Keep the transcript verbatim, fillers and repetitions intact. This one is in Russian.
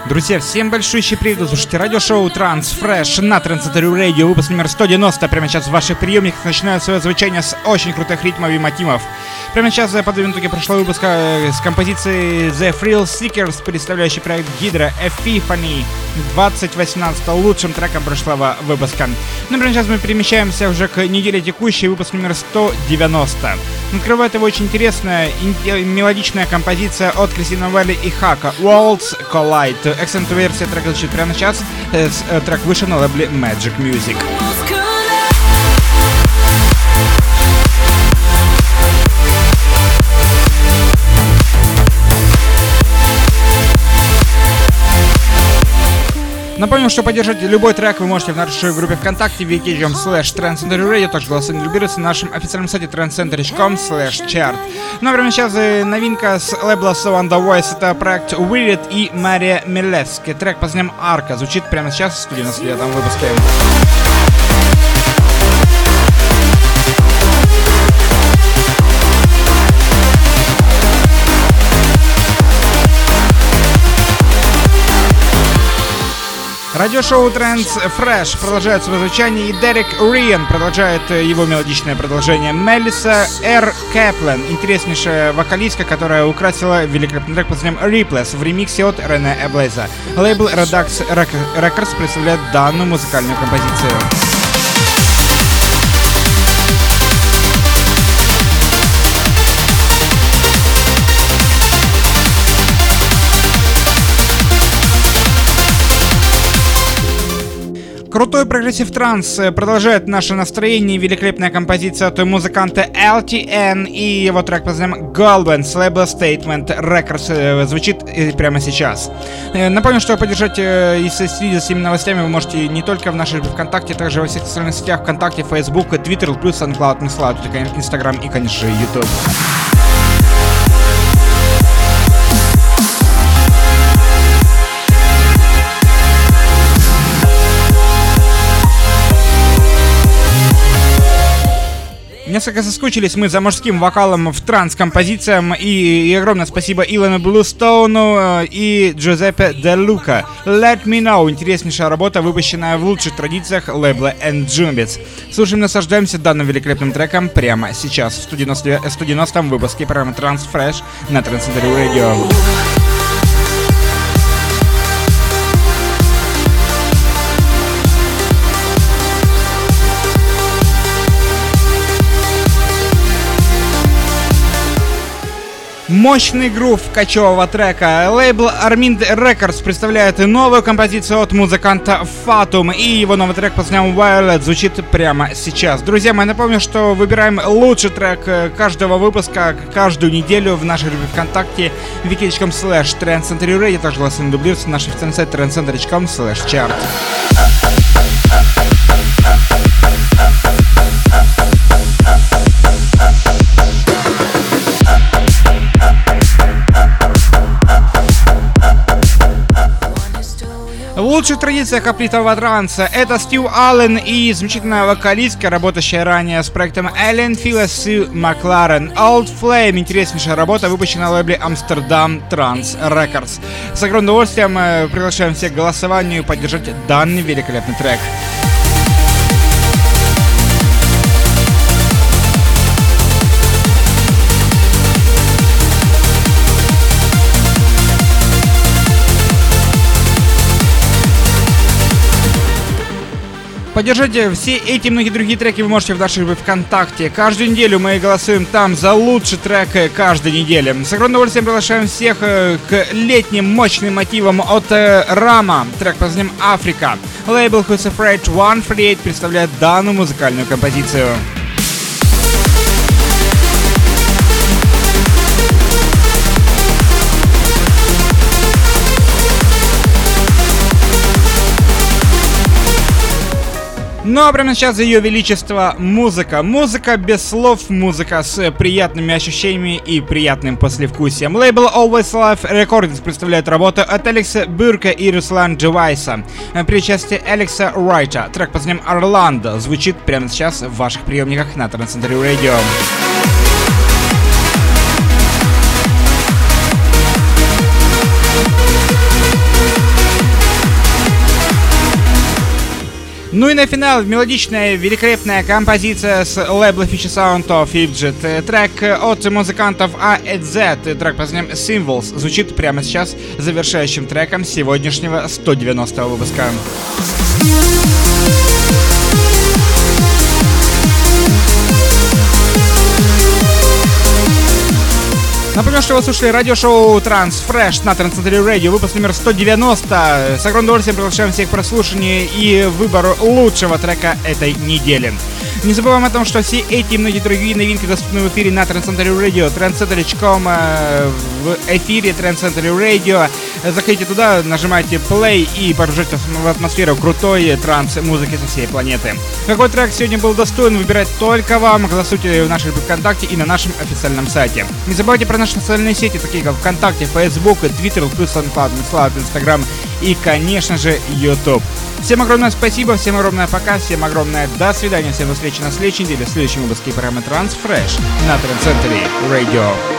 Друзья, всем большущий привет, слушайте радиошоу Transfresh на Трансцентре Радио, выпуск номер сто девяносто. Прямо сейчас в ваших приемниках начинают свое звучание с очень крутых ритмов и мотивов. Прямо сейчас подведем итоги прошлого выпуска с композицией The Thrill Seekers, представляющий проект Hydra Epiphany двадцать восемнадцать, лучшим треком прошлого выпуска. Ну, прямо сейчас мы перемещаемся уже к неделе текущей, выпуск номер сто девяносто. Открывает его очень интересная инди- мелодичная композиция от Кристина Вэлли и Хака Worlds Collide. Эксцентр версия трека звучит прямо сейчас. Трек вышел на лейбле Magic Music. Напомню, что поддержать любой трек вы можете в нашей группе ВКонтакте wiki.com slash transcenterradio, также голосование дублируется на нашем официальном сайте transcenter.com slash chart. Ну а прямо сейчас новинка с лейбла So On The Voice, это проект Weird и Мария Милевски. Трек под названием Арка звучит прямо сейчас в сто девяносто девятом выпуске. Радиошоу Transfresh продолжает свое звучание, и Дерек Риан продолжает его мелодичное продолжение. Мелисса Р. Кэплен, интереснейшая вокалистка, которая украсила великолепный трек под названием Replace в ремиксе от Рене Эблейза. Лейбл Redux Records представляет данную музыкальную композицию. Крутой прогрессив транс продолжает наше настроение. Великолепная композиция от музыканта эл ти эн и его трек под названием Goldwyn с лейбла Statement Records звучит прямо сейчас. Напомню, что поддержать и следить за всеми новостями вы можете не только в нашей группе ВКонтакте, а также во всех социальных сетях ВКонтакте, Facebook, Twitter, плюс SoundCloud, MixCloud, Instagram и, конечно же, YouTube. Несколько соскучились мы за мужским вокалом в транс-композициям, и, и огромное спасибо Илону Блустоуну и Джузеппе Де Лука. Let Me Know — интереснейшая работа, выпущенная в лучших традициях лейбла N-Junebits. Слушаем, наслаждаемся данным великолепным треком прямо сейчас в сто девяностом выпуске программы Transfresh на Transcenter Radio. Мощный грув кочевого трека. Лейбл Armind Records представляет новую композицию от музыканта Fatum, и его новый трек под названием Violet звучит прямо сейчас. Друзья мои, напомню, что выбираем лучший трек каждого выпуска каждую неделю в нашей группе ВКонтакте wiki.com slash transcenterradio, также голосование дублируется на наш официальный сайт transcenter.com slash chart. В лучших традициях аплитового транса это Стив Аллен и замечательная вокалистка, работающая ранее с проектом Эллен Филлес Сью Макларен. Old Flame — интереснейшая работа, выпущена на лейбле Amsterdam Trance Records. С огромным удовольствием приглашаем всех к голосованию и поддержать данный великолепный трек. Поддержать все эти и многие другие треки вы можете в нашей группе ВКонтакте. Каждую неделю мы голосуем там за лучший трек каждой недели. С огромным удовольствием приглашаем всех к летним мощным мотивам от Рама. Трек под названием Африка. Лейбл Who's Afraid сто сорок восемь представляет данную музыкальную композицию. Ну а прямо сейчас Ее Величество музыка. Музыка без слов, музыка с приятными ощущениями и приятным послевкусием. Лейбл Always Life Recordings представляет работу от Алекса Бюрка и Руслан Джевайса при участии Алекса Райта. Трек под названием Орландо звучит прямо сейчас в ваших приемниках на Transcenter Radio. Ну и на финал мелодичная, великолепная композиция с лейбла Future Sound of Egypt. Трек от музыкантов A and Z, трек под названием Symbols, звучит прямо сейчас завершающим треком сегодняшнего сто девяностого выпуска. Напомню, что вы слушали радиошоу Transfresh на Трансцентре Radio, выпуск номер сто девяносто. С огромным удовольствием приглашаем всех к прослушиванию и выбору лучшего трека этой недели. Не забываем о том, что все эти и многие другие новинки доступны в эфире на Трансцентре Radio, трансцентр точка ком, в эфире Трансцентре Radio. Заходите туда, нажимайте play и погружайтесь в атмосферу крутой транс-музыки со всей планеты. Какой трек сегодня был достоин выбирать только вам, голосуйте в нашей группе ВКонтакте и на нашем официальном сайте. Не забывайте про наши социальные сети, такие как ВКонтакте, Facebook, Twitter, плюс SoundCloud, Mixcloud, Instagram и, конечно же, YouTube. Всем огромное спасибо, всем огромное пока, всем огромное до свидания, всем до встречи на следующей неделе в следующем выпуске программы Transfresh на Трансцентре Radio.